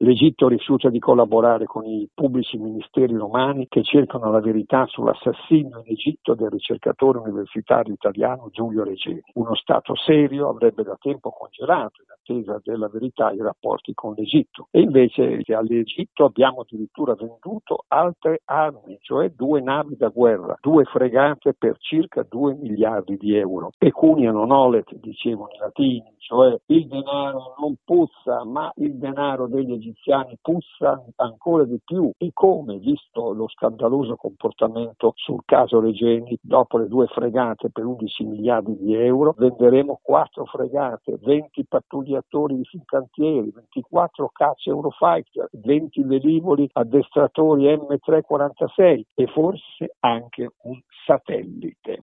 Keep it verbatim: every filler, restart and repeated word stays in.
L'Egitto rifiuta di collaborare con i pubblici ministeri romani che cercano la verità sull'assassinio in Egitto del ricercatore universitario italiano Giulio Regeni. Uno Stato serio avrebbe da tempo congelato, in attesa della verità, i rapporti con l'Egitto. E invece all'Egitto abbiamo addirittura venduto altre armi, cioè due navi da guerra, due fregate per circa due miliardi di euro. Pecunia non olet, dicevano i latini, cioè il denaro non puzza, ma il denaro degli egiziani puzza ancora di più. E come, visto lo scandaloso comportamento sul caso Regeni, dopo le due fregate per undici miliardi di euro, venderemo quattro fregate, venti pattugliatori di fincantieri, ventiquattro cacce Eurofighter, venti velivoli addestratori M trecentokwarantasei e forse anche un satellite.